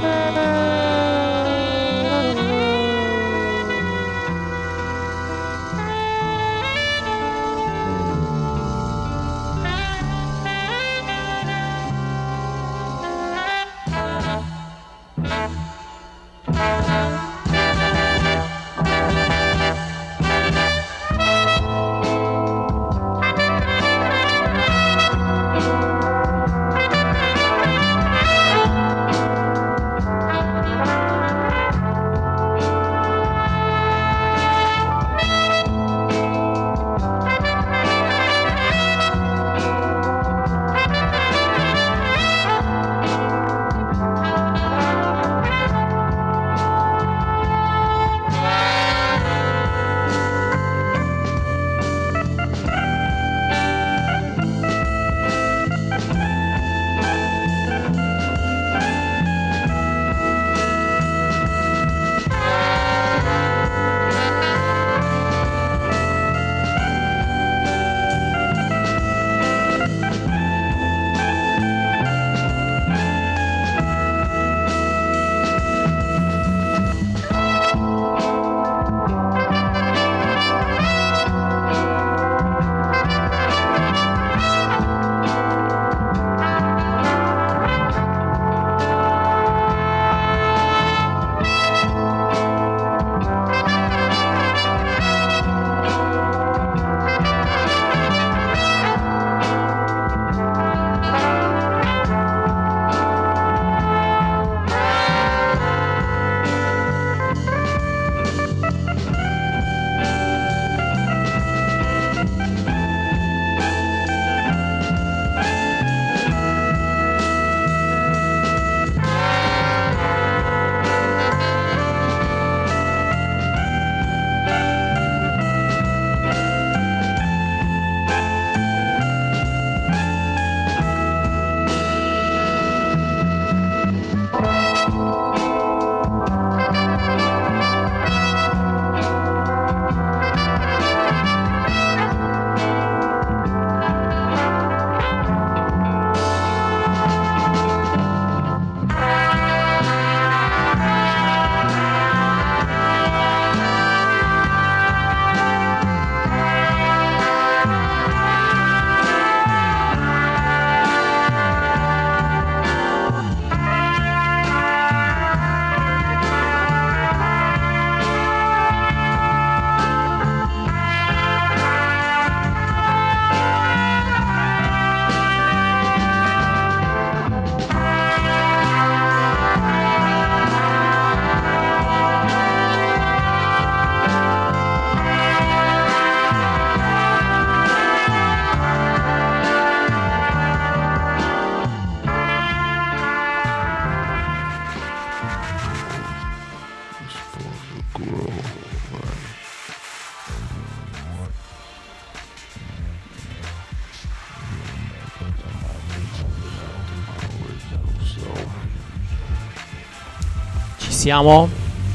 Siamo?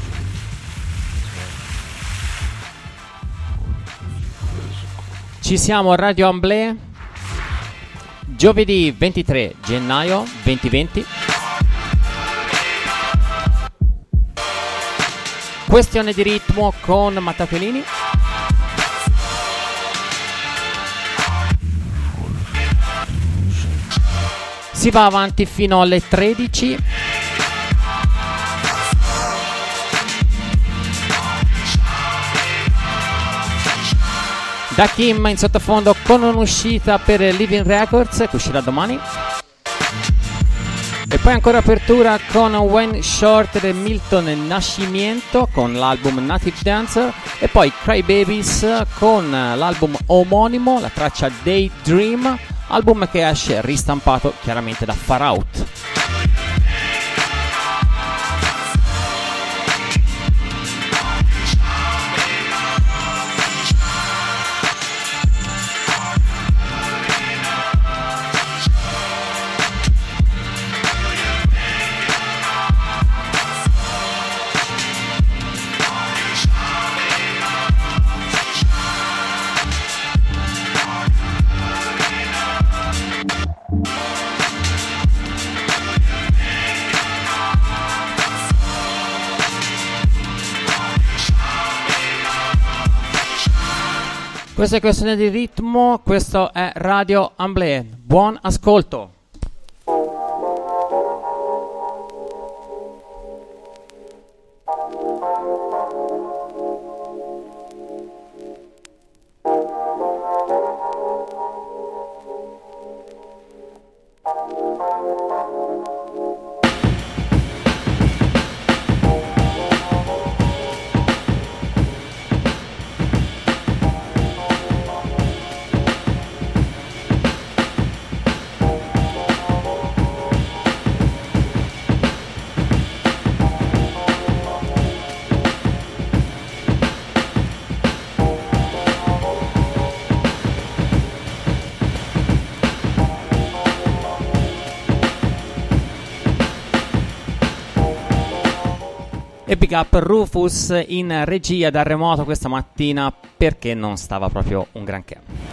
Ci siamo a Radio Amblè, giovedì 23 gennaio 2020. Questione di ritmo con Mattafiolini. Si va avanti fino alle 13. Da Kim in sottofondo con un'uscita per Living Records che uscirà domani. E poi ancora apertura con When Short del Milton Nascimento con l'album Native Dancer. E poi Cry Babies con l'album omonimo, la traccia Daydream, album che esce ristampato chiaramente da Far Out. Questa è questione di ritmo, questo è Radio Amblè. Buon ascolto. E big up Rufus in regia da remoto questa mattina perché non stava proprio un granché.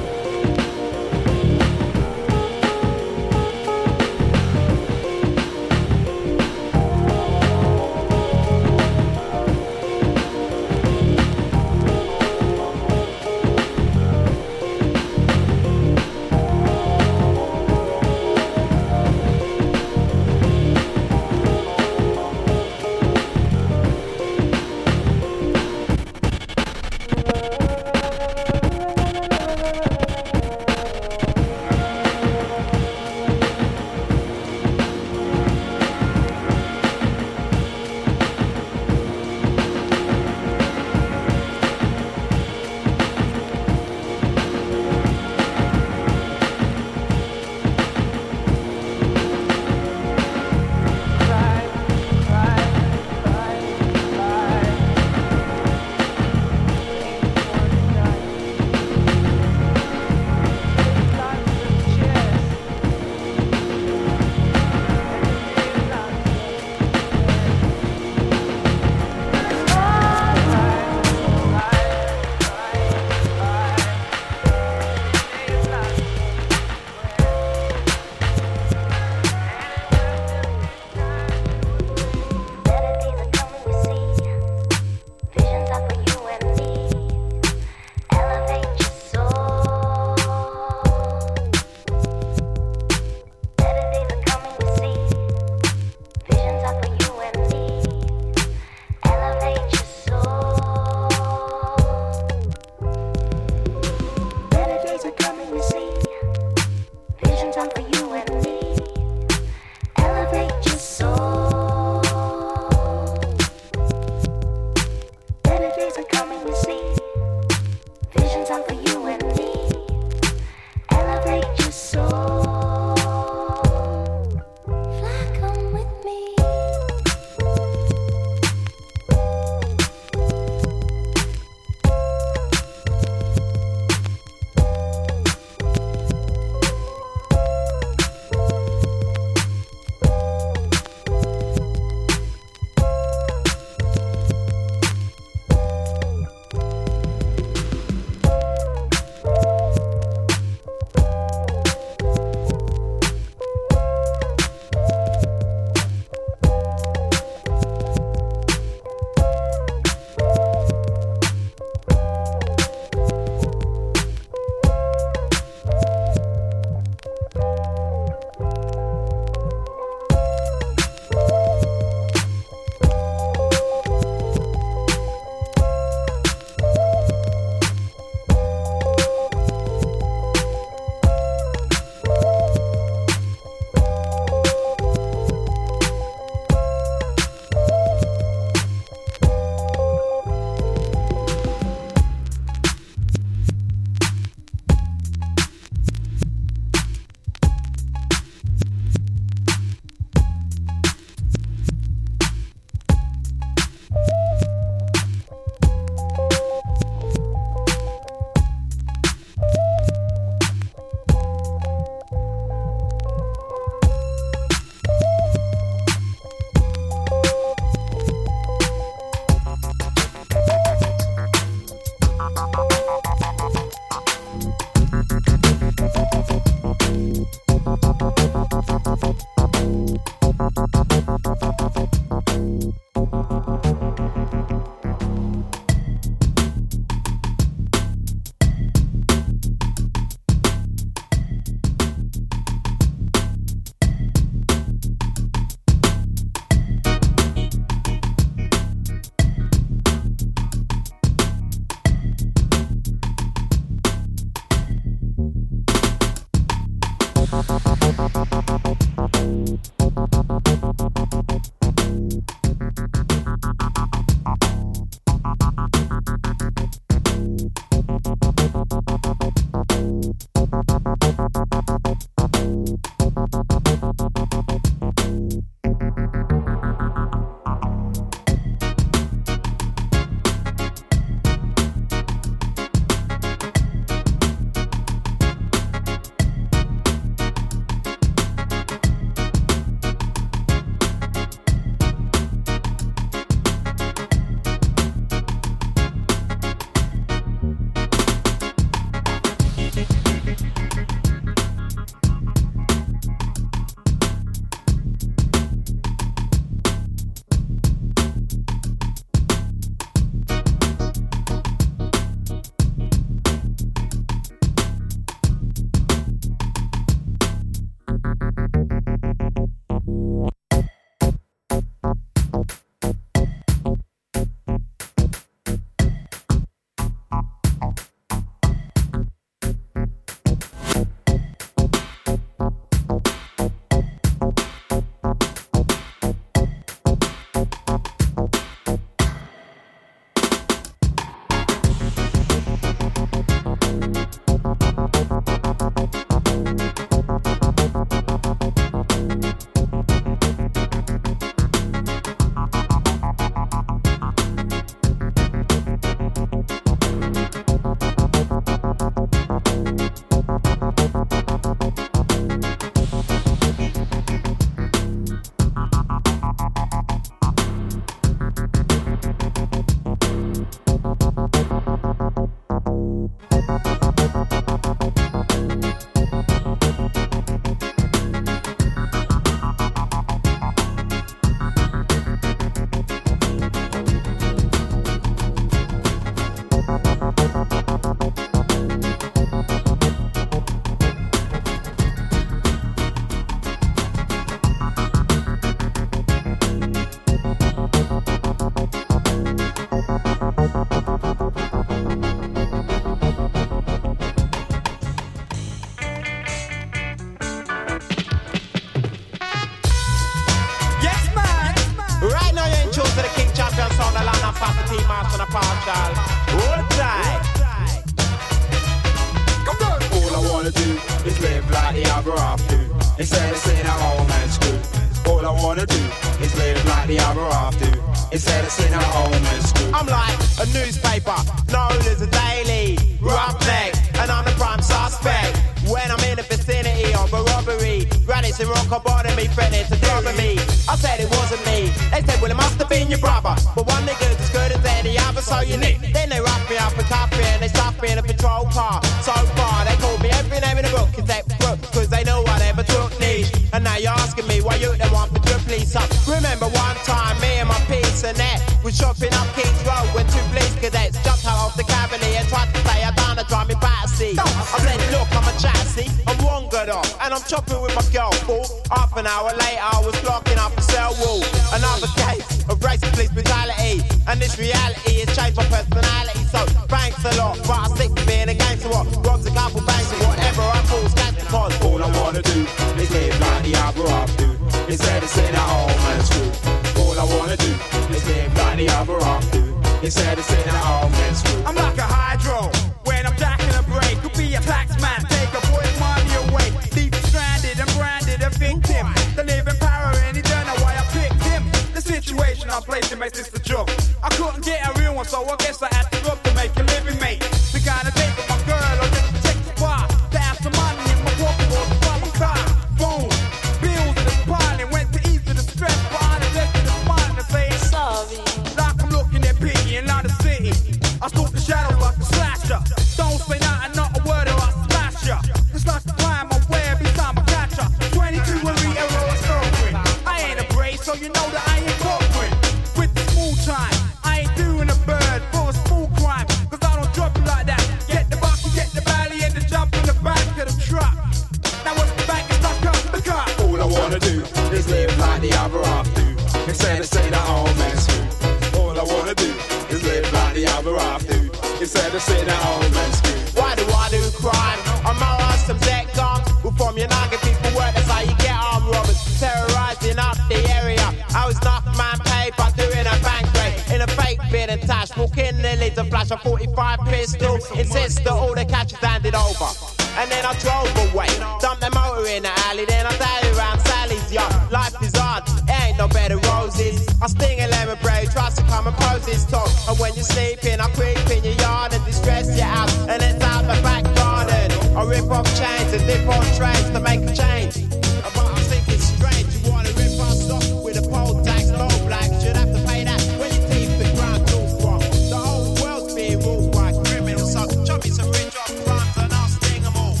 Instead of sitting at home and screw. All I wanna do is live like the other half do. Instead of sitting at home and screw. I'm like a newspaper known as a daily roughneck, and I'm the prime suspect when I'm in the vicinity of a robbery. Granny's in rock bottom me, threatening to cover me. I said it wasn't me. They said, well, it must have been your brother. But one nigga's as good as any other, so you nick. Then they rough me up and cuff me and they stuff me in a patrol car. So far, they called me every name in the book except Crook, cause they know I never took knees. And now you're asking me why you don't want me to police up. Remember one time, me and my piece and that was shopping up King's Road when two police cadets jumped out of the Cavalier and tried to say I done a drive me backseat. I said, look, I'm a chassis, I'm wangered off, and I'm chopping with my girl, fool. Half an hour later, I was blocking up a cell wall. Another case of racist police brutality, and this reality has changed my personality. So thanks a lot, but I stick to being a gangster. What robs a couple banks or whatever I call scandal. Cause all I wanna do is live like the other half do. Instead of sitting at home and screw. All I wanna do is live like the other half do. Instead of sitting at home and screw. I'm like a hydro when I'm jacking a break. Could be a tax man, take a boy's money away. Leave him stranded and branded a victim. The living power and he don't know why I picked him. The situation I placed him makes this a joke. I couldn't get a real one, so I guess I had to go to make a living, mate. The kind of date with my girl or just to take the bar. To have some money in my pocket or to buy my car. Boom, bills in the piling, went to ease to the stress, but I just to the smile and say sorry. Like I'm looking at Piggy in London City. I stalk the shadows like a slasher. Don't say nothing, not a word or I'll smash ya. It's like to climb my way every time I catch ya. 22 and re-arrow a circle. I ain't a brace, so you know that I ain't corporate. With the small time, I ain't doing a bird for a small crime. Cause I don't drop it like that. Get the bucket, get the belly, and the jump in the back of the truck. Now what's the bank is stuck up the car. All I wanna do is live like the other half do. Instead of say that old man's screw. All I wanna do is live like the other half do. Instead of say that old man's screw. Why do I do crime? I'm out some deck guns. Well, from United people work, that's how you get armed robbers. Terrorizing up the area. I was knocked man paid by doing a bank raid in a fake bid and tash. Walk in the lids and flash a 45 pistol. Insist that all the catch is handed over. And then I drove away, dumped the motor in the alley. Then I died around Sally's yard. Life is hard, it ain't no bed of roses. I sting a lemon braid, tries to come and pose his talk. And when you're sleeping, I creep in your yard and distress your house. And it's out the back garden. I rip off chains and dip on trains to make a change. But I think it's strange, you wanna rip us off with a pole tax, low black. Should have to pay that when you keep the ground too strong. The whole world's being ruled by criminals. So chop me some rich off crimes and I'll sting them all.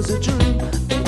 was a dream.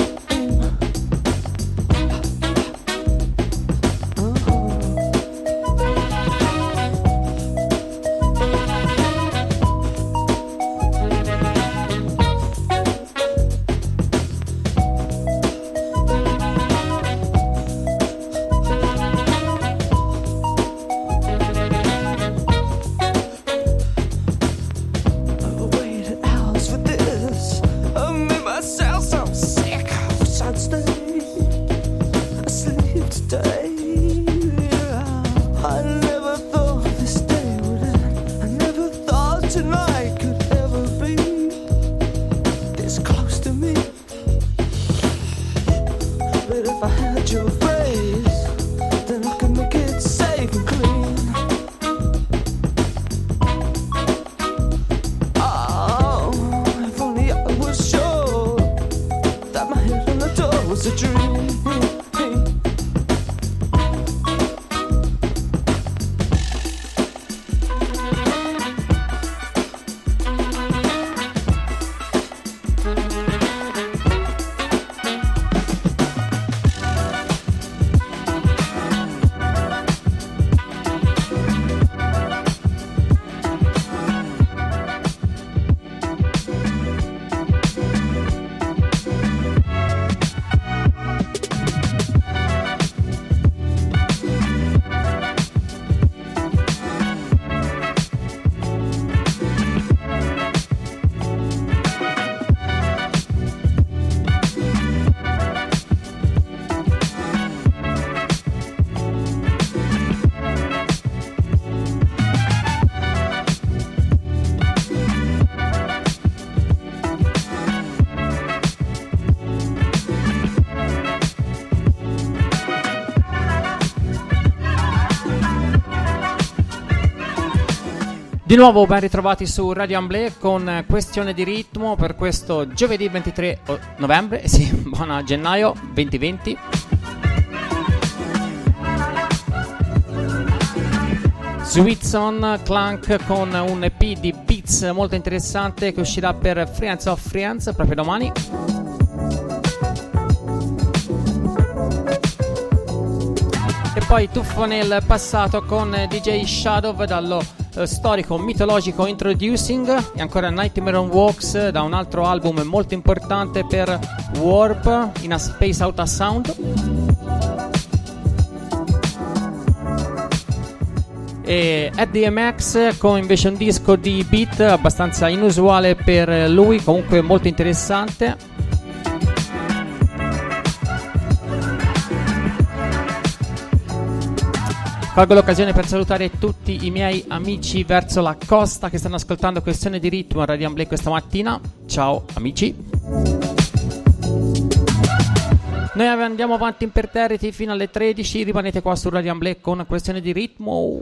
Di nuovo ben ritrovati su Radio Amblè con Questione di Ritmo per questo giovedì 23 novembre, sì, buon gennaio 2020. Sweetson Clank con un EP di beats molto interessante che uscirà per Friends of Friends proprio domani. E poi tuffo nel passato con DJ Shadow dallo storico mitologico Introducing e ancora Nightmare on Walks da un altro album molto importante per Warp in a Space Out of Sound. E Eddie MX con invece un disco di beat abbastanza inusuale per lui, comunque molto interessante. Colgo l'occasione per salutare tutti i miei amici verso la costa che stanno ascoltando Questione di Ritmo a Radio Amblè questa mattina. Ciao amici. Noi andiamo avanti imperterriti fino alle 13. Rimanete qua su Radio Amblè con Questione di Ritmo.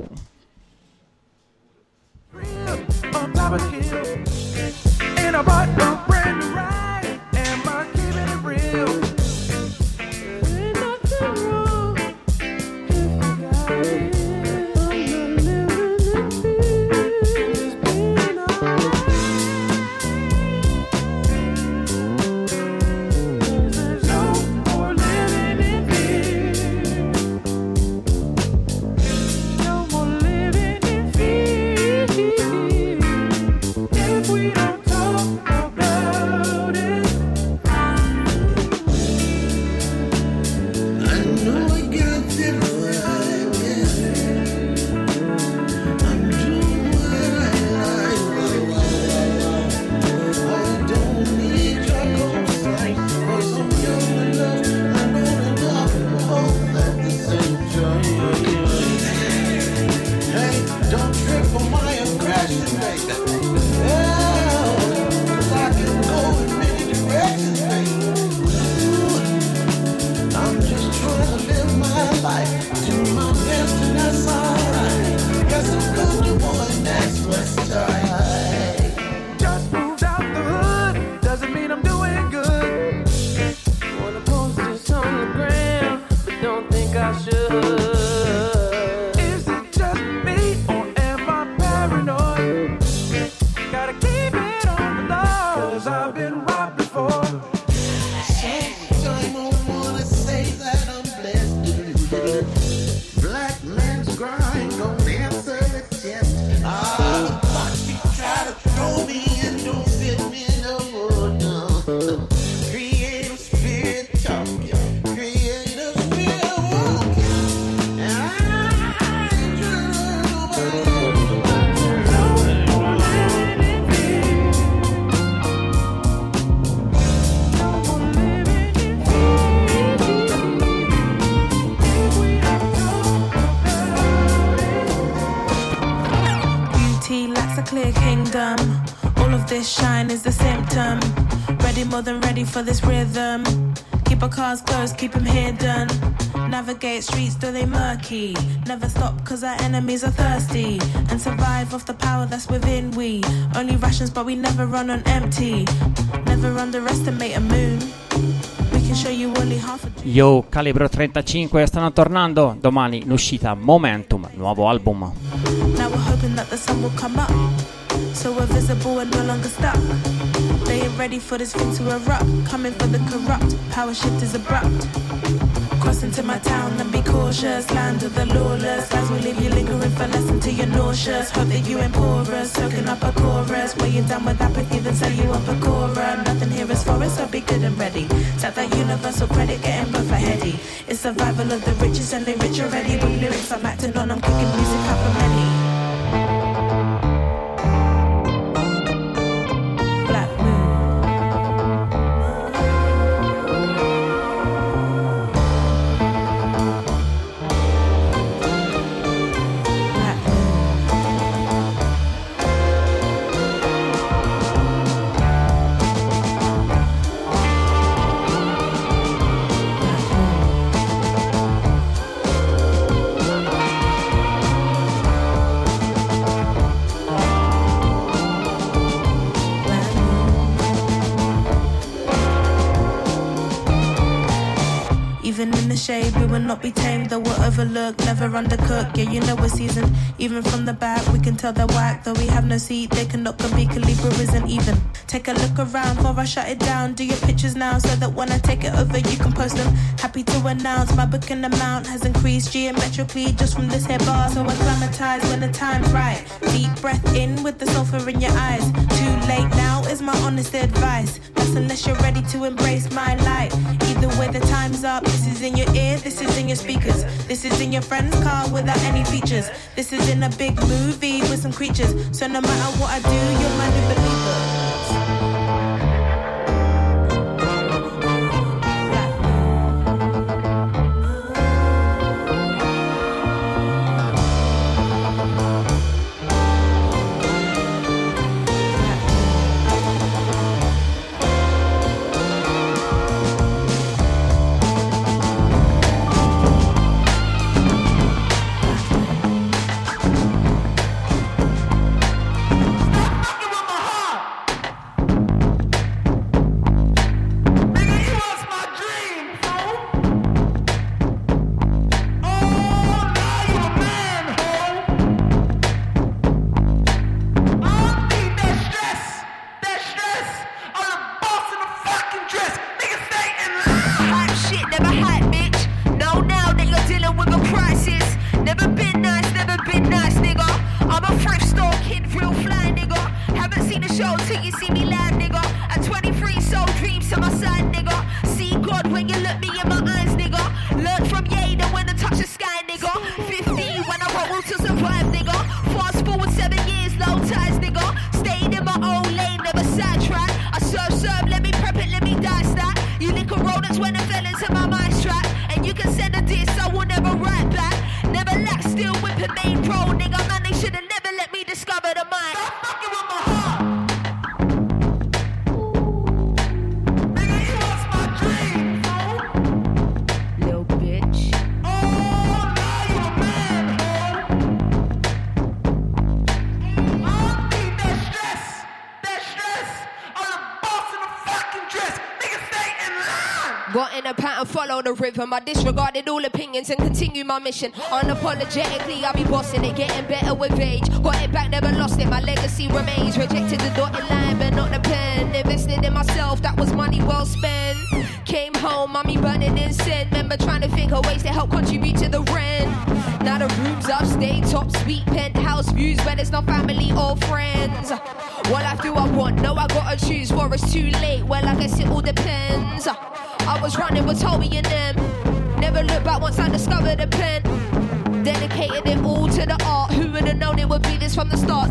this shine is the symptom. Ready, more than ready for this rhythm. Keep our cars closed, keep them hidden. Navigate streets though they murky. Never stop cause our enemies are thirsty. And survive off the power that's within we. Only rations but we never run on empty. Never underestimate a moon. We can show you only half a dream. Yo, Calibro 35 stanno tornando. Domani in uscita Momentum, nuovo album. Now we're hoping that the sun will come up. So we're visible and no longer stuck. They ain't ready for this thing to erupt. Coming for the corrupt, power shift is abrupt. Cross into my town and be cautious. Land of the lawless, guys will leave you lingering for less until you're nauseous. Hope that you ain't porous, soaking up a chorus. Where you're done with apathy, then say you up a chorus. Nothing here is for us, so be good and ready. Tap that universal credit, getting both a heady. It's survival of the richest and they rich already. With lyrics I'm acting on, I'm kicking music out for many. Shade, we will not be tamed, though we're overlooked, never undercooked. Yeah, you know we're seasoned. Even from the back, we can tell they're whack. Though we have no seat, they cannot compete. Calibra isn't even. Take a look around before I shut it down. Do your pictures now so that when I take it over, you can post them. Happy to announce my booking amount has increased geometrically just from this here bar. So acclimatize when the time's right. Deep breath in with the sulfur in your eyes. Too late now is my honest advice. That's unless you're ready to embrace my light. Either way, the time's up. This is in your ear, this is in your speakers. This is in your friend's car without any features. This is in a big movie with some creatures. So no matter what I do, you're my new believer. The rhythm, I disregarded all opinions and continue my mission. Unapologetically, I'll be bossing it, getting better with age. Got it back, never lost it, my legacy remains. Rejected the dotted line, but not the pen. Invested in myself, that was money well spent. Came home, mommy burning incense. Remember trying to think of ways to help contribute to the rent. Now the room's upstate, top suite, penthouse views, where there's no family or friends. What life do I want? No, I gotta choose, for it's too late. Well, I guess it all depends. I was running with Toby and them. Never looked back once I discovered a pen. Dedicated it all to the art. Who would have known it would be this from the start?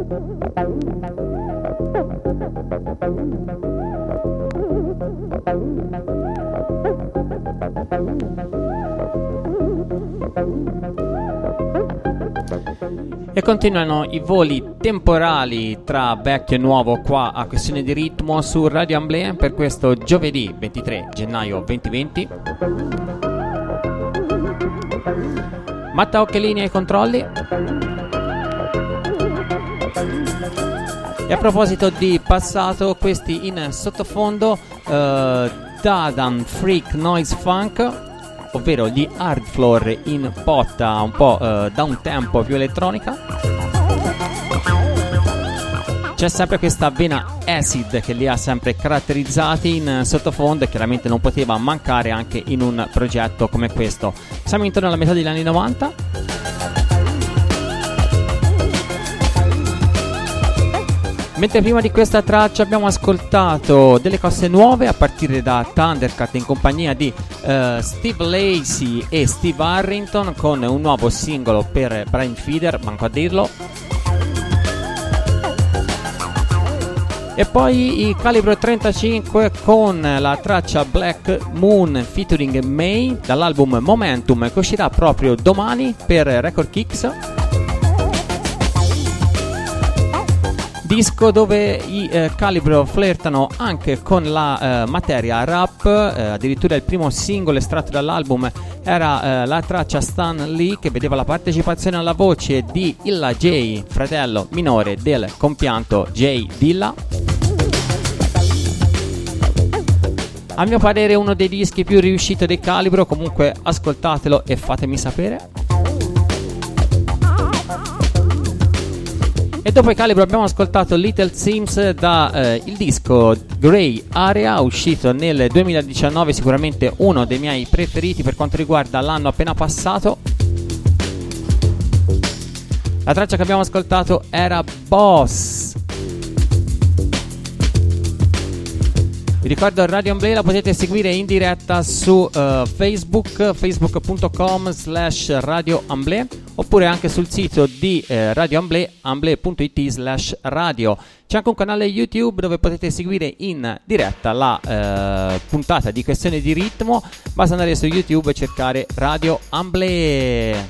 E continuano i voli temporali tra vecchio e nuovo qua a Questione di Ritmo su Radio Amblè per questo giovedì 23 gennaio 2020. Matteo Occhialini ai controlli. E a proposito di passato, questi in sottofondo Dadan Freak Noise Funk, ovvero gli hard floor in botta un po' da un tempo più elettronica. C'è sempre questa vena acid che li ha sempre caratterizzati in sottofondo e chiaramente non poteva mancare anche in un progetto come questo. Siamo intorno alla metà degli anni 90. Mentre prima di questa traccia abbiamo ascoltato delle cose nuove a partire da Thundercat in compagnia di Steve Lacy e Steve Harrington con un nuovo singolo per Brian Feeder, manco a dirlo. E poi i Calibro 35 con la traccia Black Moon featuring May dall'album Momentum che uscirà proprio domani per Record Kicks. Disco dove i Calibro flirtano anche con la materia rap, addirittura il primo singolo estratto dall'album era la traccia Stan Lee, che vedeva la partecipazione alla voce di Illa J, fratello minore del compianto J Dilla. A mio parere uno dei dischi più riusciti dei Calibro, comunque ascoltatelo e fatemi sapere. E dopo i Calibro abbiamo ascoltato Little Sims da il disco Grey Area, uscito nel 2019, sicuramente uno dei miei preferiti per quanto riguarda l'anno appena passato. La traccia che abbiamo ascoltato era Boss. Vi ricordo Radio Amblè la potete seguire in diretta su Facebook, facebook.com/Radio Amblè, oppure anche sul sito di Radio Amblè, amblè.it/radio. C'è anche un canale YouTube dove potete seguire in diretta la puntata di Questione di Ritmo. Basta andare su YouTube e cercare Radio Amblè.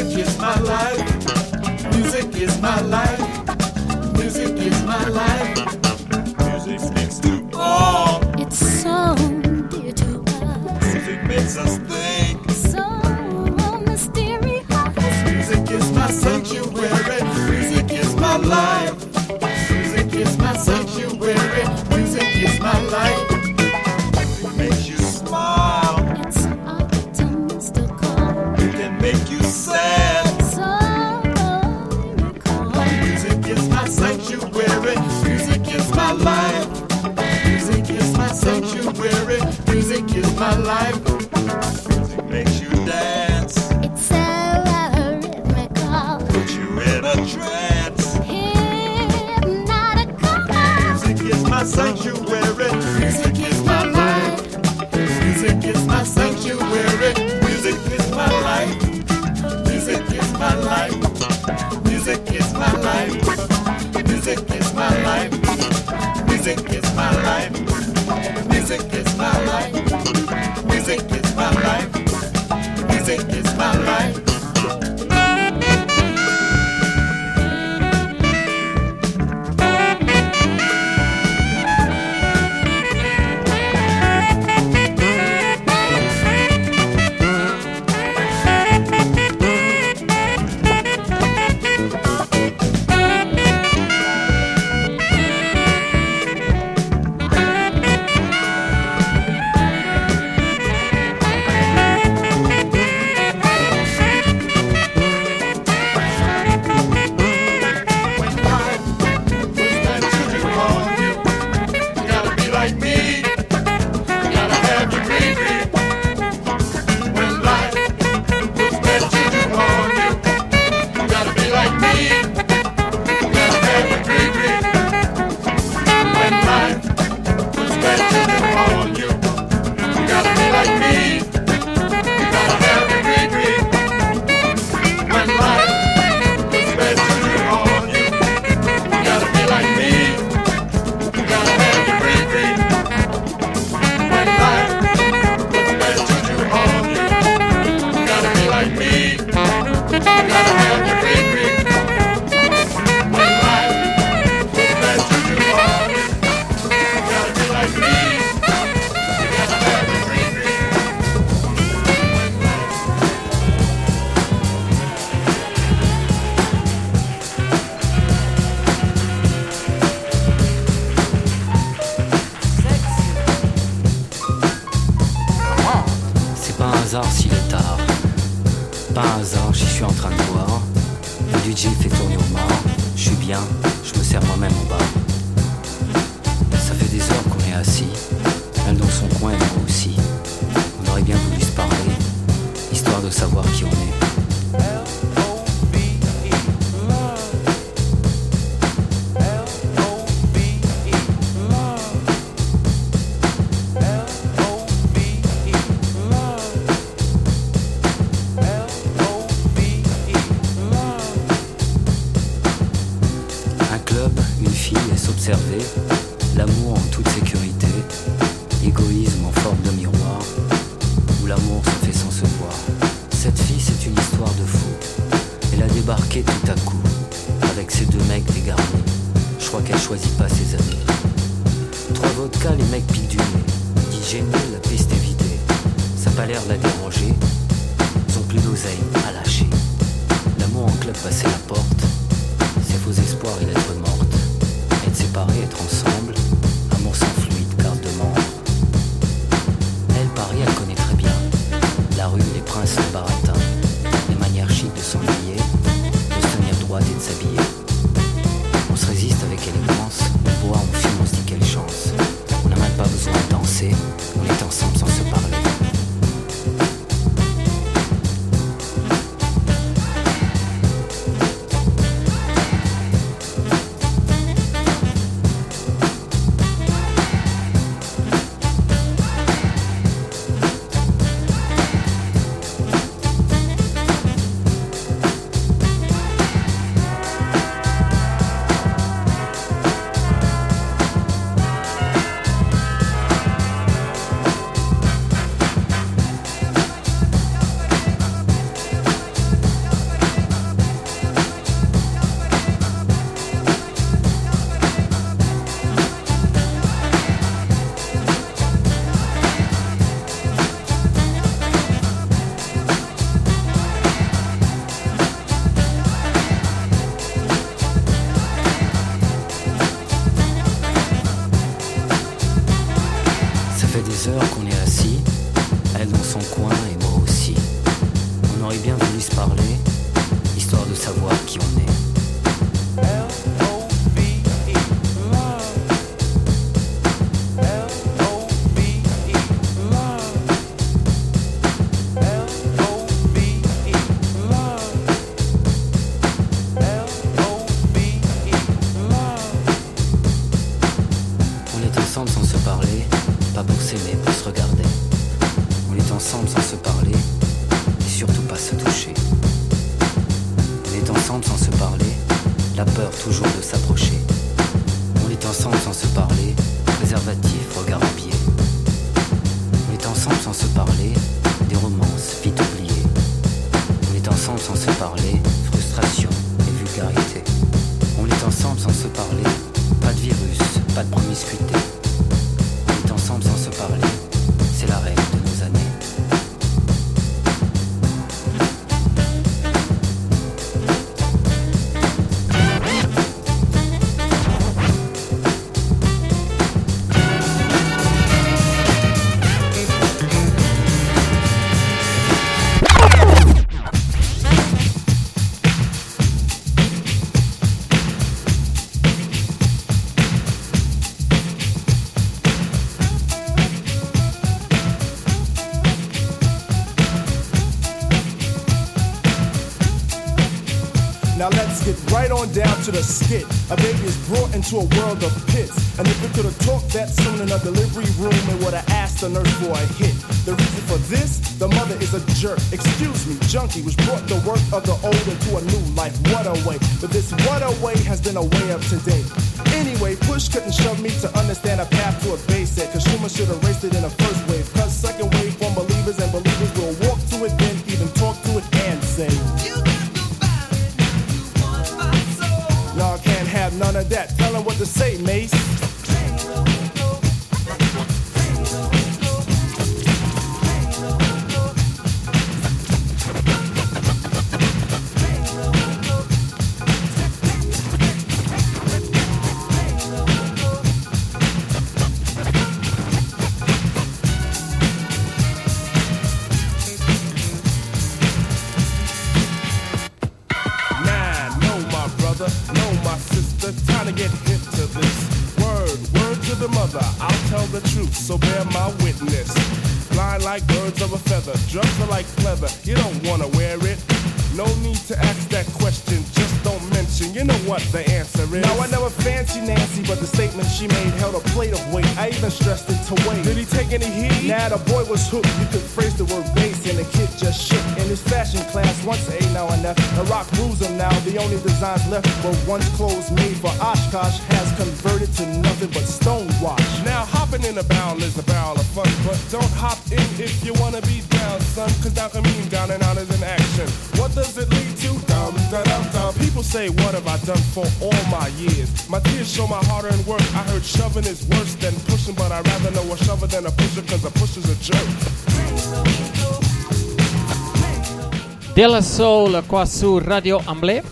Music is my life. Music is my life. Music is my life. Music speaks to all. It's so dear to us. Music makes us think. So mysterious. Music is my sanctuary. Music is my life. Music is my sanctuary. Music is my life. Music makes you smile. It's optimistical. It can make you sad. So lyrical. Music is my sanctuary. Music is my life. Music is my sanctuary. Music is my life. Music makes you dance. It's so rhythmical. Put you in a trance. Hypnotical. Music is my sanctuary. Music is my life. Music is my sanctuary. Music is my life. Music is my life. Music is my life. Music is my life. Music is my life. Music is my life. Music is my life. Music is my life. S'il est tard, pas un hasard, j'y suis en train de boire. Le DJ fait tourner au mar. Je suis bien, je me sers moi-même au bar. Ça fait des heures qu'on est assis, elle dans son coin et moi aussi. On aurait bien voulu se parler, histoire de savoir qui on est. L'amour en toute sécurité, égoïsme en forme de miroir, où l'amour se fait sans se voir. Cette fille, c'est une histoire de fou. Elle a débarqué tout à coup, avec ses deux mecs dégarnis. Je crois qu'elle choisit pas ses amis. 3 vodkas, les mecs piquent du nez. Dit génial, la piste est vidée. Ça a pas l'air de la déranger. Ils ont plus d'oseille à lâcher. L'amour en club passait la porte. Ses faux espoirs et l'être morte. Être séparés, être ensemble, amour sans fluide, carte de mort. Elle, Paris, elle connaît très bien. La rue, les princes, le baratin. Les manières chic de s'ennuyer, de se tenir droite et de s'habiller. On se résiste avec élégance, on boit, on fume, on se dit quelle chance. On n'a même pas besoin de danser, on est ensemble sans se parler. parler, histoire de savoir qui on est. L-O-V-E, love. L-O-V-E, love. L-O-V-E, love. L-O-V-E, love. On est ensemble sans se parler, pas pour s'aimer, pour se regarder. On est ensemble sans se parler, et surtout pas se toucher. On est ensemble sans se parler, la peur toujours de s'approcher. On est ensemble sans se parler, préservatif, regard en biais. On est ensemble sans se parler, des romances vite oubliées. On est ensemble sans se parler, frustration et vulgarité. On est ensemble sans se parler, pas de virus, pas de promiscuité. On est ensemble sans se parler, c'est la règle de nos années. Now let's get right on down to the skit. A baby is brought into a world of pits. And if we could have talked that soon in a delivery room, it would have asked the nurse for a hit. The reason for this, the mother is a jerk. Excuse me, junkie, which brought the work of the old into a new life. What a way. But this what a way has been a way of today. Anyway, push couldn't shove me to understand a path to a basic. Cause Schumer should have raced it in the first wave. Cause second wave from believers and believers will walk to it, then even talk to it and say, no, I can't have none of that. Tell him what to say, Mace. Know my sister, time to get hip to this. Word to the mother, I'll tell the truth, so bear my witness. Blind like birds of a feather, drugs are like leather, you don't wanna wear it. No need to ask that question, just don't mention, you know what the answer is. Now I never fancy Nancy, but the statement she made held a plate of weight. I even stressed it to wait. Did he take any heed? Nah, the boy was hooked, you could phrase the word bass and the kid just shook. In his fashion class, once A, now and F. The rock rules him now, the only designs left were once clothes made for Oshkosh has converted to nothing but stonewash. Now hopping in a barrel is a barrel of fun, but don't hop in if you wanna be down, son, cause down can mean down and out is an action. What does it lead to? Dum, da, dum, dum. People say, what have I done for all my years? My tears show my hard-earned work. I heard shoving is worse than pushing, but I'd rather know a shover than a pusher, cause a pusher's a jerk. Della Soul qua su Radio Amblè.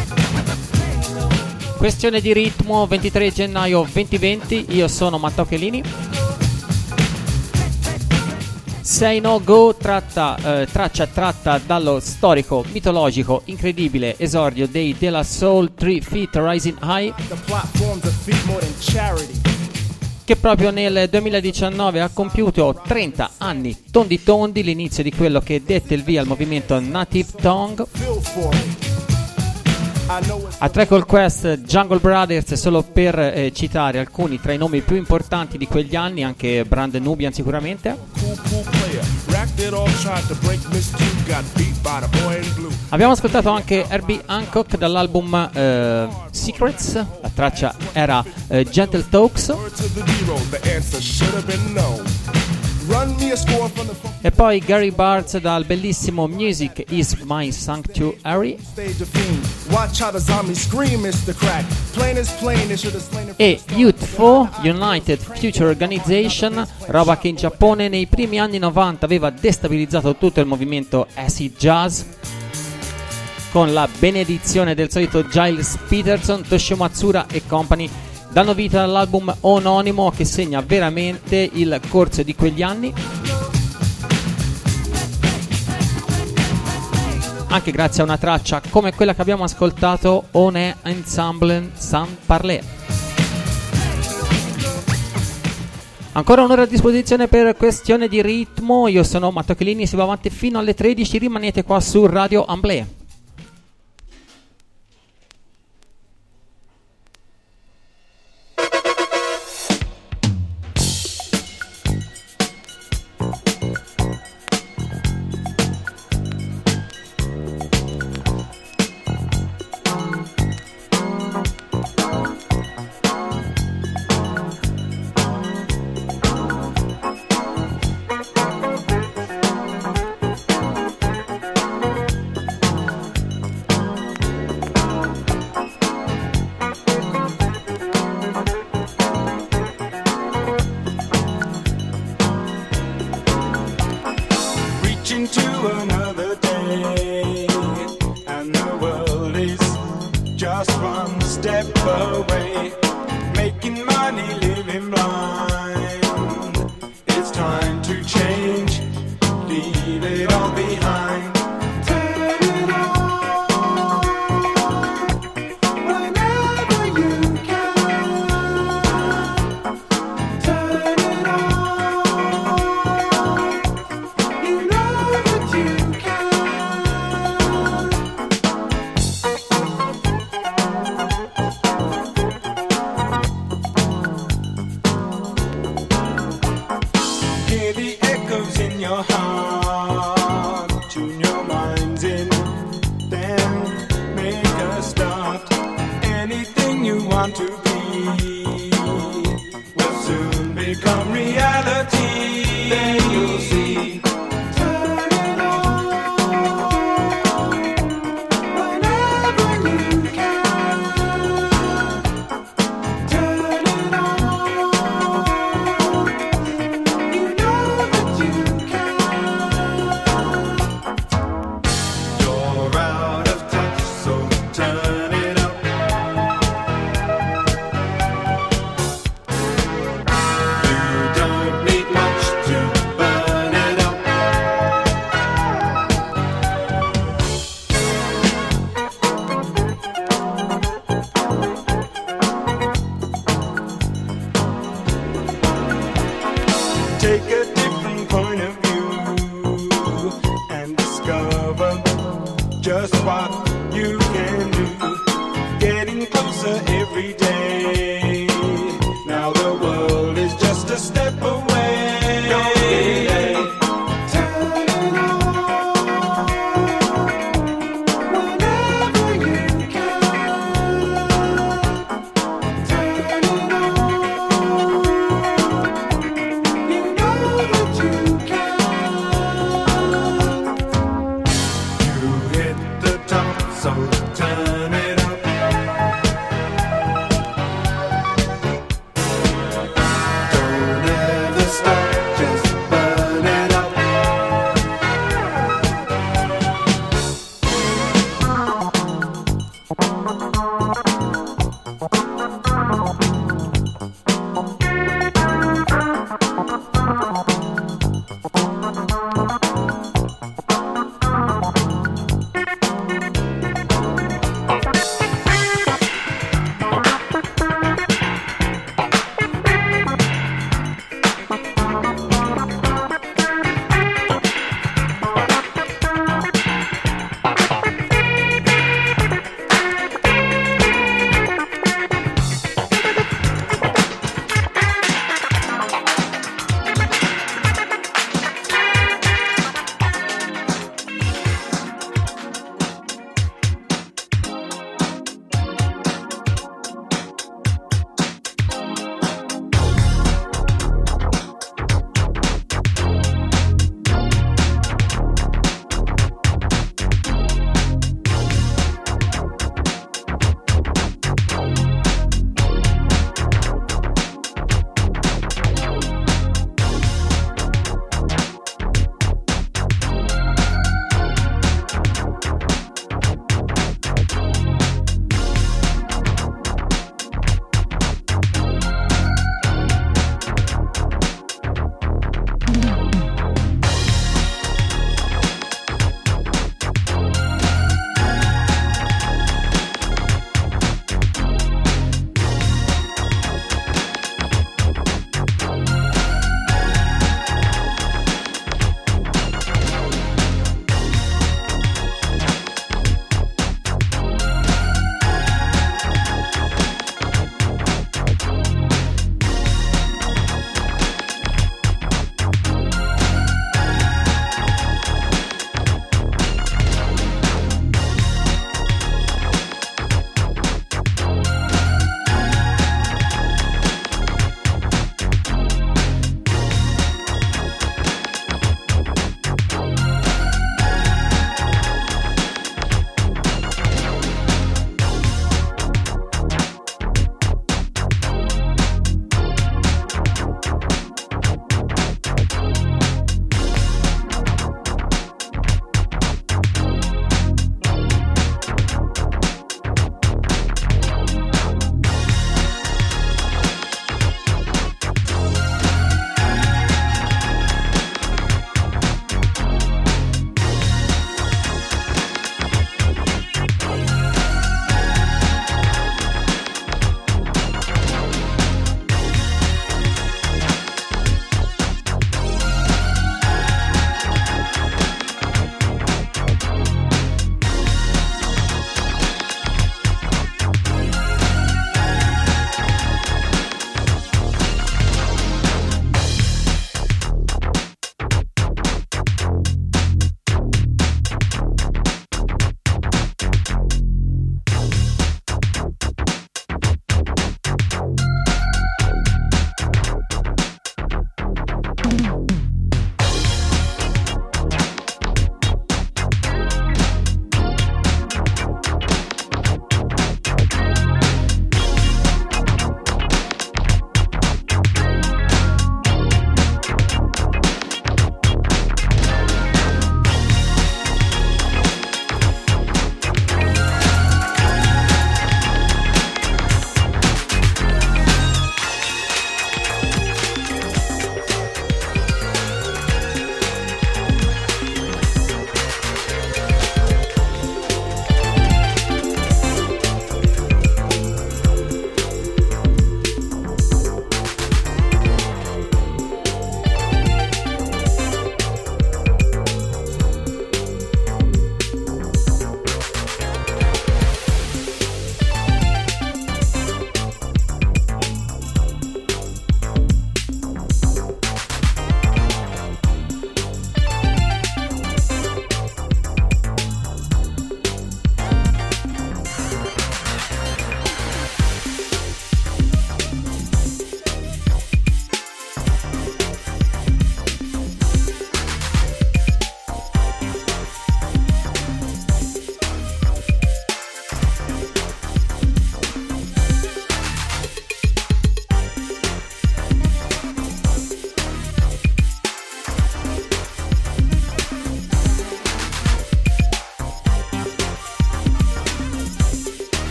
Questione di ritmo, 23 gennaio 2020. Io sono Matteo Chelini. Say No Go, traccia tratta dallo storico, mitologico, incredibile esordio dei Della Soul, 3 Feet Rising High, che proprio nel 2019 ha compiuto 30 anni tondi tondi, l'inizio di quello che dette il via al movimento Native Tongue. A Treacle Quest, Jungle Brothers, solo per citare alcuni tra i nomi più importanti di quegli anni, anche Brand Nubian sicuramente. Abbiamo ascoltato anche Herbie Hancock dall'album Secrets, la traccia era Gentle Talks. E poi Gary Bartz dal bellissimo Music Is My Sanctuary. E Youthful United Future Organization, roba che in Giappone nei primi anni 90 aveva destabilizzato tutto il movimento acid jazz, con la benedizione del solito Giles Peterson, Toshio Matsura e company. Danno vita all'album omonimo che segna veramente il corso di quegli anni. anche grazie a una traccia come quella che abbiamo ascoltato, On est ensemble sans parler. Ancora un'ora a disposizione per questione di ritmo. Io sono Matteo Chelini e si va avanti fino alle 13. Rimanete qua su Radio Amblè.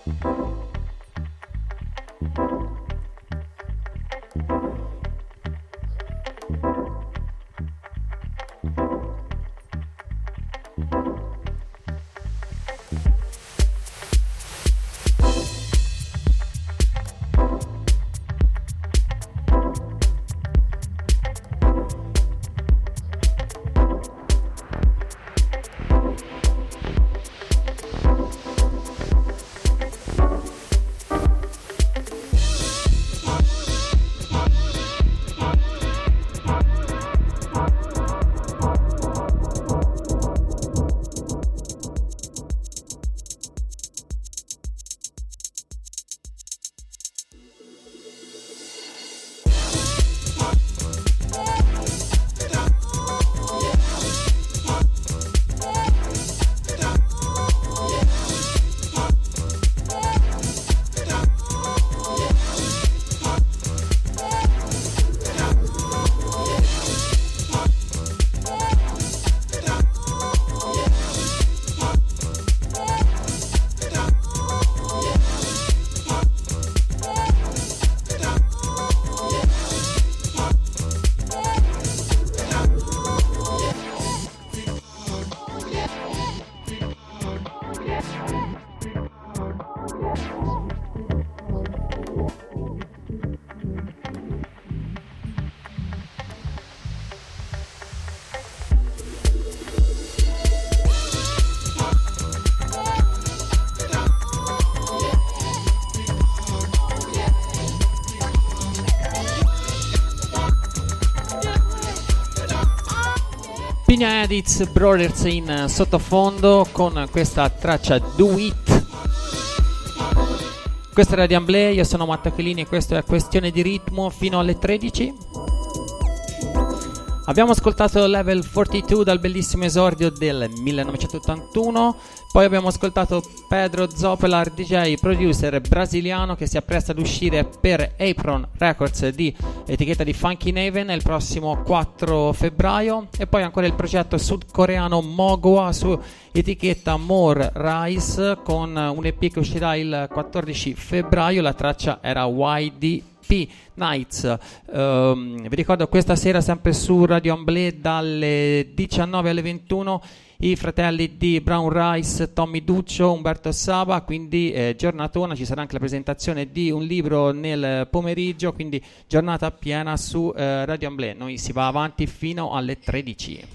Pina Edits Brothers in sottofondo con questa traccia Do It. Questa è Radio Amblè, io sono Matteo Chelini e questo è Questione di Ritmo fino alle 13. Abbiamo ascoltato Level 42 dal bellissimo esordio del 1981, poi abbiamo ascoltato Pedro Zopelar, DJ producer brasiliano che si appresta ad uscire per Apron Records di etichetta di Funky Naven il prossimo 4 febbraio, e poi ancora il progetto sudcoreano Mogwa su etichetta More Rise con un EP che uscirà il 14 febbraio, la traccia era YDP Nights. Vi ricordo questa sera sempre su Radio Amblè dalle 19 alle 21 i fratelli di Brown Rice, Tommy Duccio, Umberto Saba, quindi giornatona, ci sarà anche la presentazione di un libro nel pomeriggio, quindi giornata piena su Radio Amblè. Noi si va avanti fino alle 13.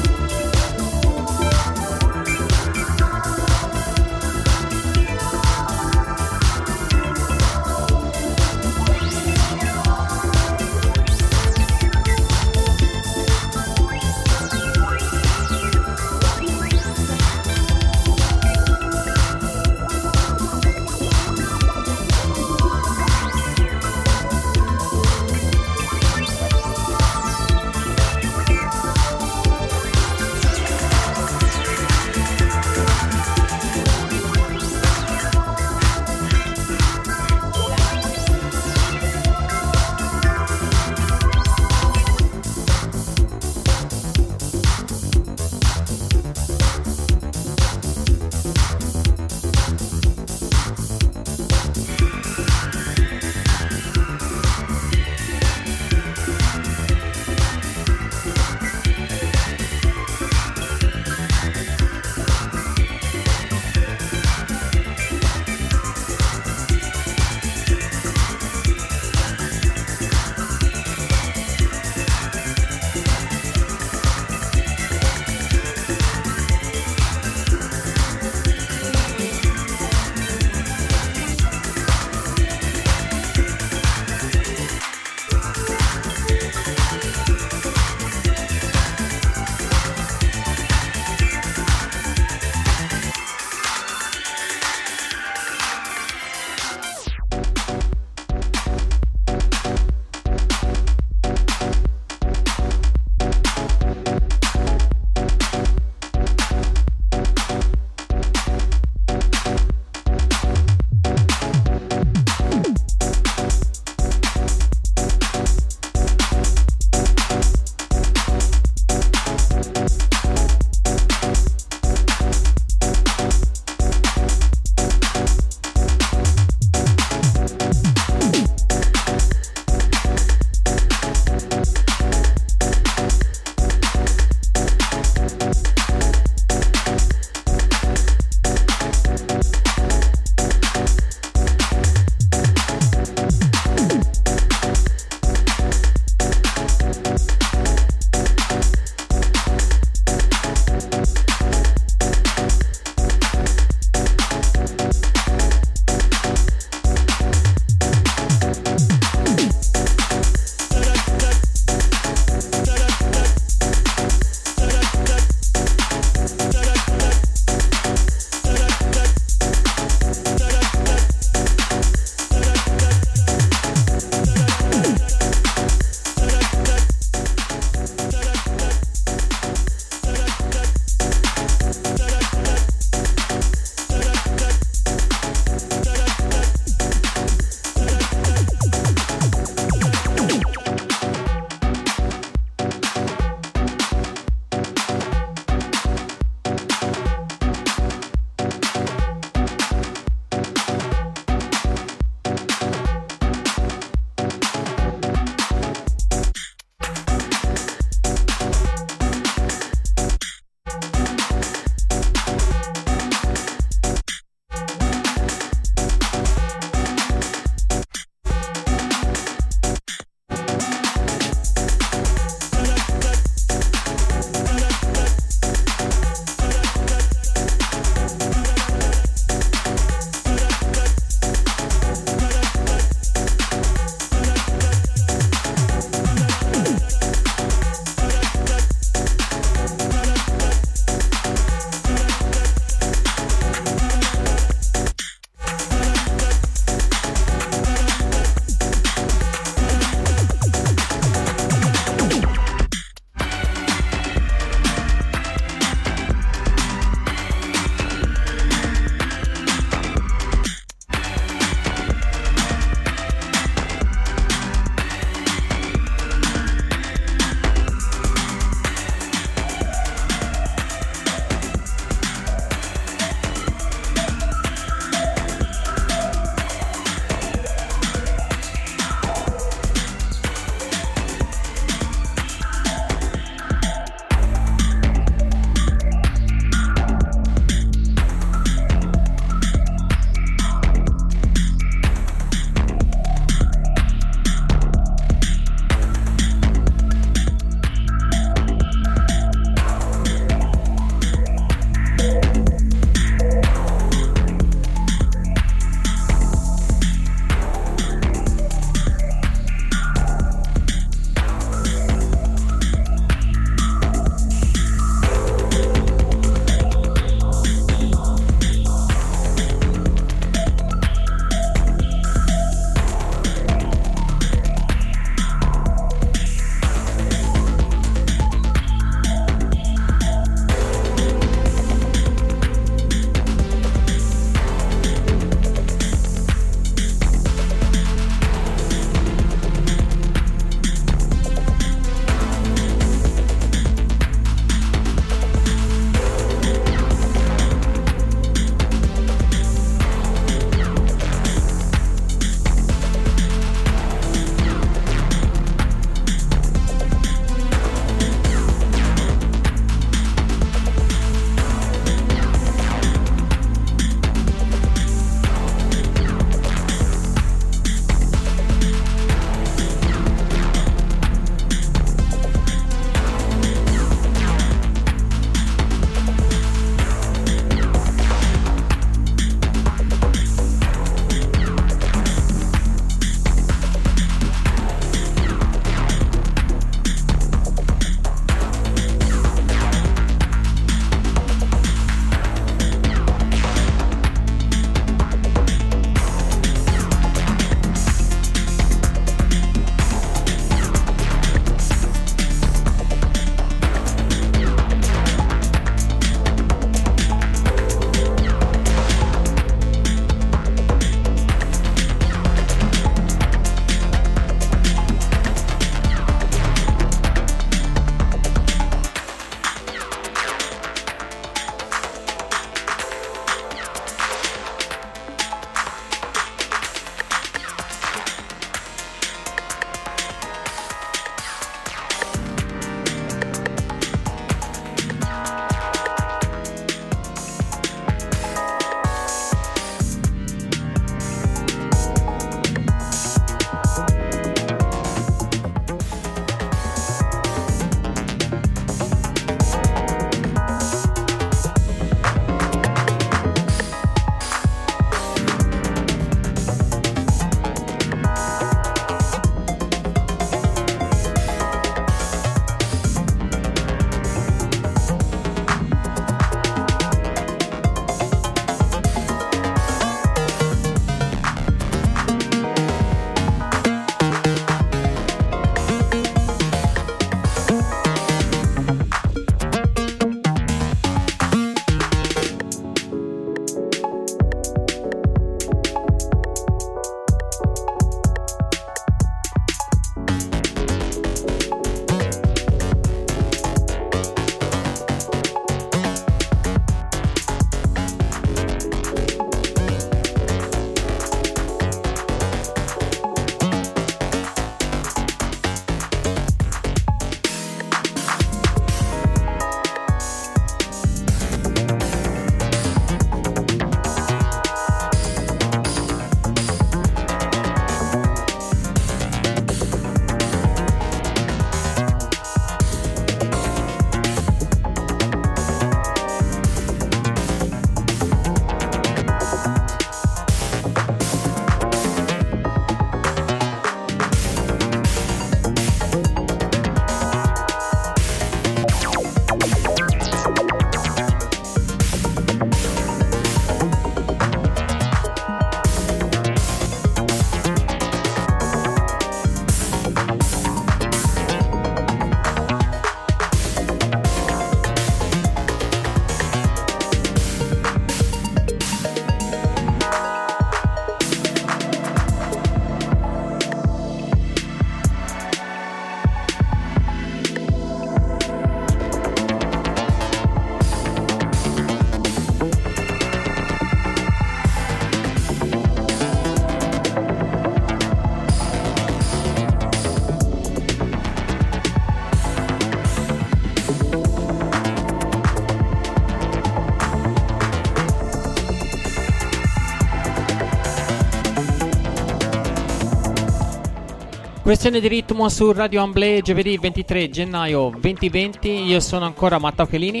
Questione di ritmo su Radio Amblè, giovedì 23 gennaio 2020. Io sono ancora Matteo Chelini.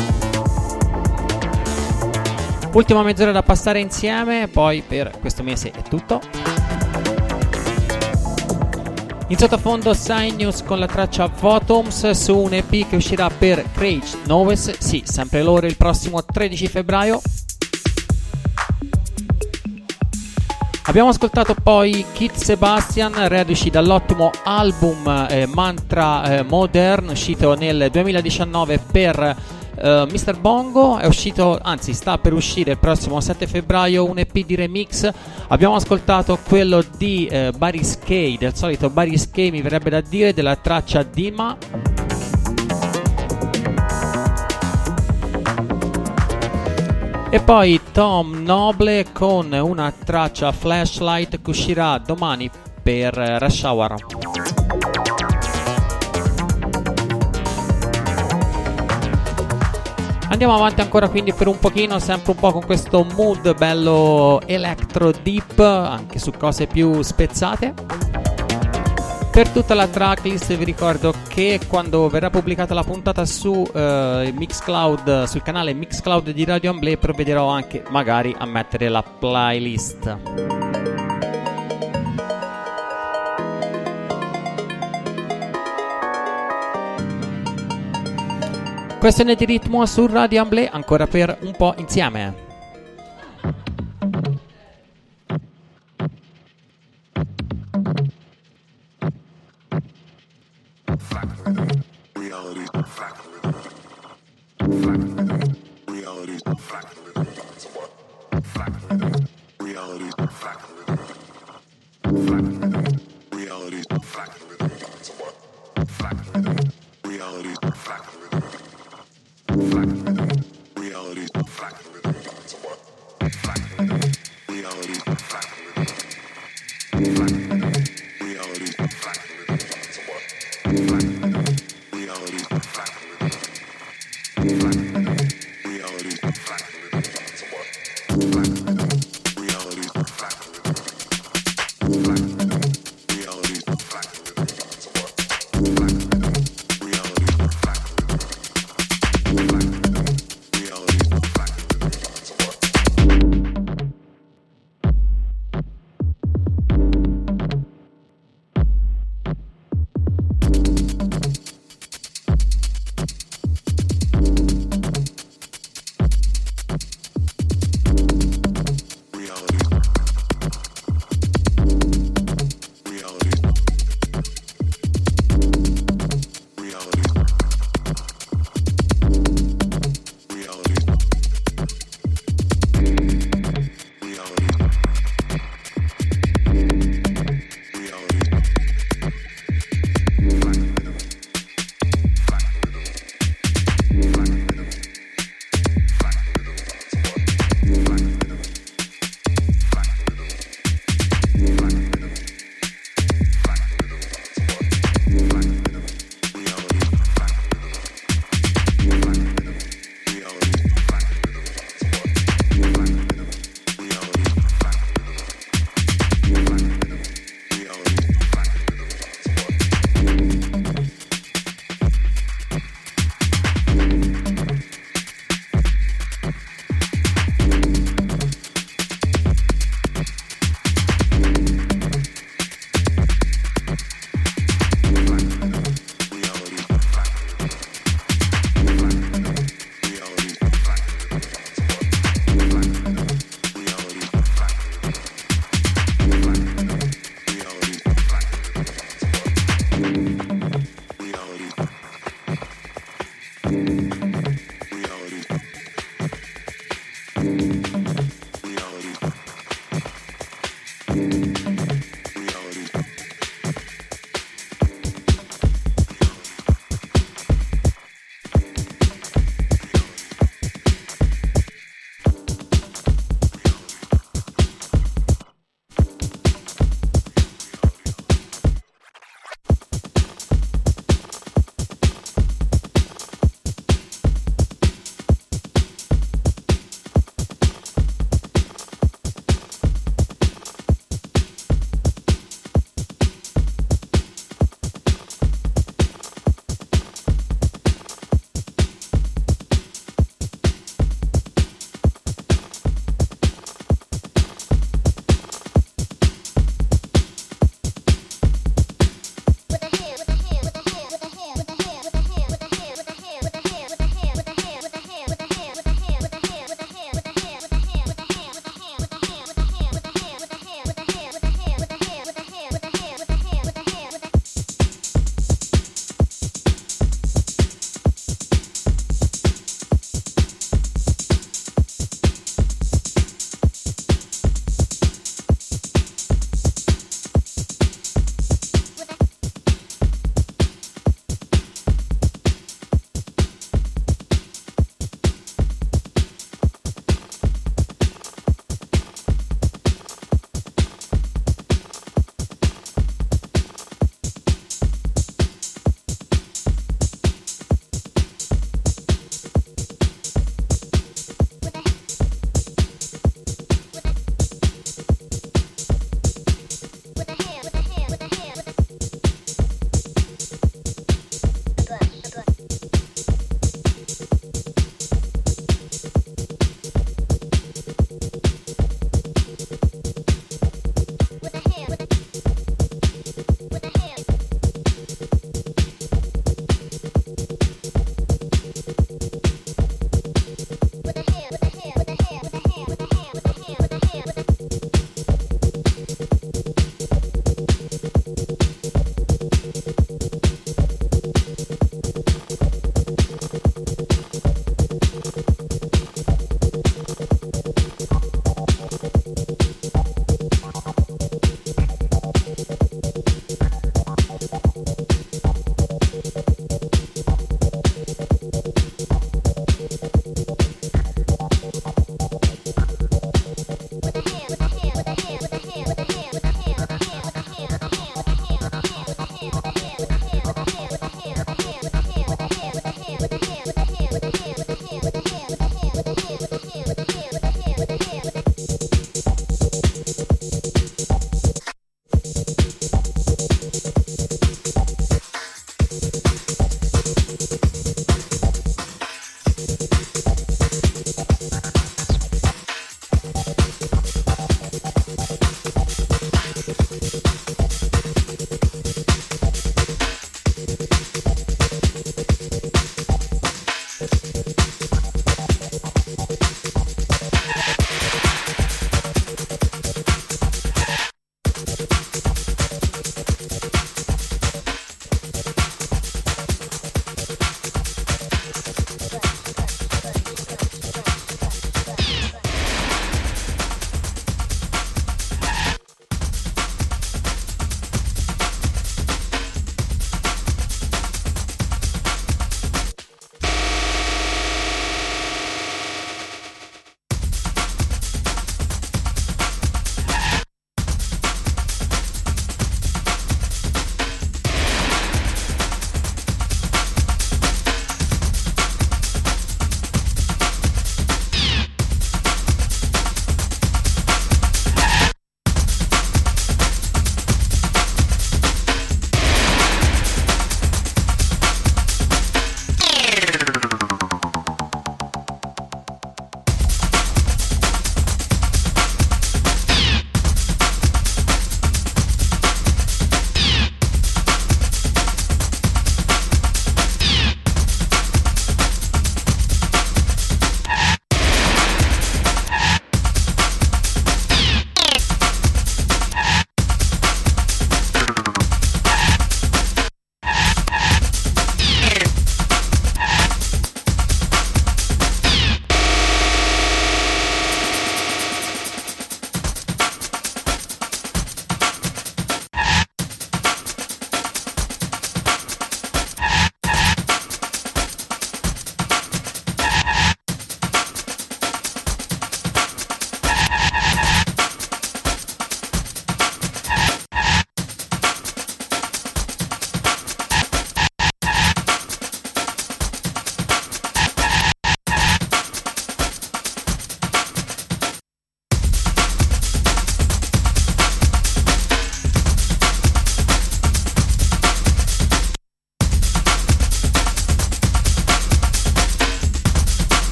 Ultima mezz'ora da passare insieme, poi per questo mese è tutto. In sottofondo Sign News con la traccia Photoms su un EP che uscirà per Craig Noves, sì, sempre loro, il prossimo 13 febbraio. Abbiamo ascoltato poi Keith Sebastian, reduci dall'ottimo album Mantra Modern, uscito nel 2019 per Mr. Bongo. È uscito, anzi sta per uscire il prossimo 7 febbraio un EP di remix. Abbiamo ascoltato quello di Barry Skay, del solito Barry Skay mi verrebbe da dire, della traccia Dima. E poi Tom Noble con una traccia Flashlight che uscirà domani per Rush Hour. Andiamo avanti ancora quindi per un pochino, sempre un po' con questo mood bello electro deep, anche su cose più spezzate. Per tutta la tracklist vi ricordo che quando verrà pubblicata la puntata su Mixcloud, sul canale Mixcloud di Radio Amblè, provvederò anche magari a mettere la playlist. Questione di ritmo su Radio Amblè, ancora per un po' insieme.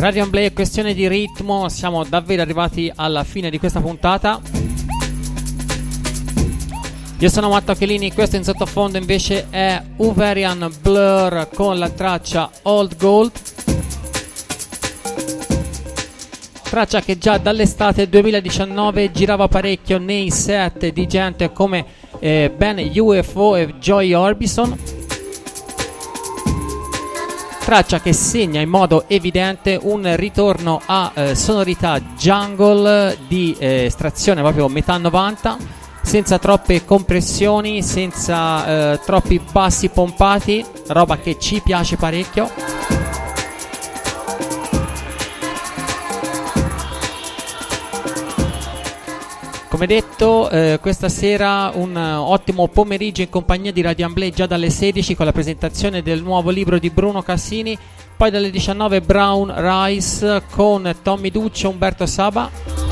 Radio Amblè, questione di ritmo, siamo davvero arrivati alla fine di questa puntata. Io sono Matteo Chelini, questo in sottofondo invece è Uverian Blur con la traccia Old Gold. Traccia che già dall'estate 2019 girava parecchio nei set di gente come Ben UFO e Joy Orbison. Traccia che segna in modo evidente un ritorno a sonorità jungle di estrazione proprio metà 90, senza troppe compressioni, senza troppi bassi pompati, roba che ci piace parecchio. Come detto, questa sera un ottimo pomeriggio in compagnia di Radio Amblè già dalle 16 con la presentazione del nuovo libro di Bruno Cassini, poi dalle 19 Brown Rice con Tommy Duccio e Umberto Saba.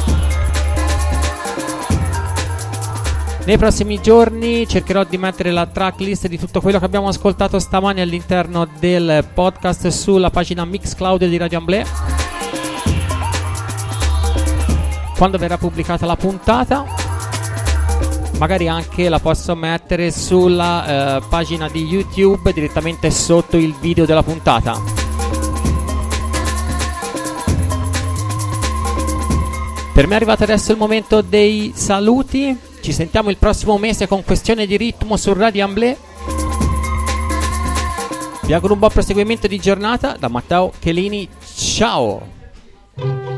Nei prossimi giorni cercherò di mettere la tracklist di tutto quello che abbiamo ascoltato stamani all'interno del podcast sulla pagina Mixcloud di Radio Amblè, quando verrà pubblicata la puntata. Magari anche la posso mettere sulla pagina di YouTube direttamente sotto il video della puntata. Per me è arrivato adesso il momento dei saluti. Ci sentiamo il prossimo mese con Questione di ritmo su Radio Amblè. Vi auguro un buon proseguimento di giornata da Matteo Chelini. Ciao!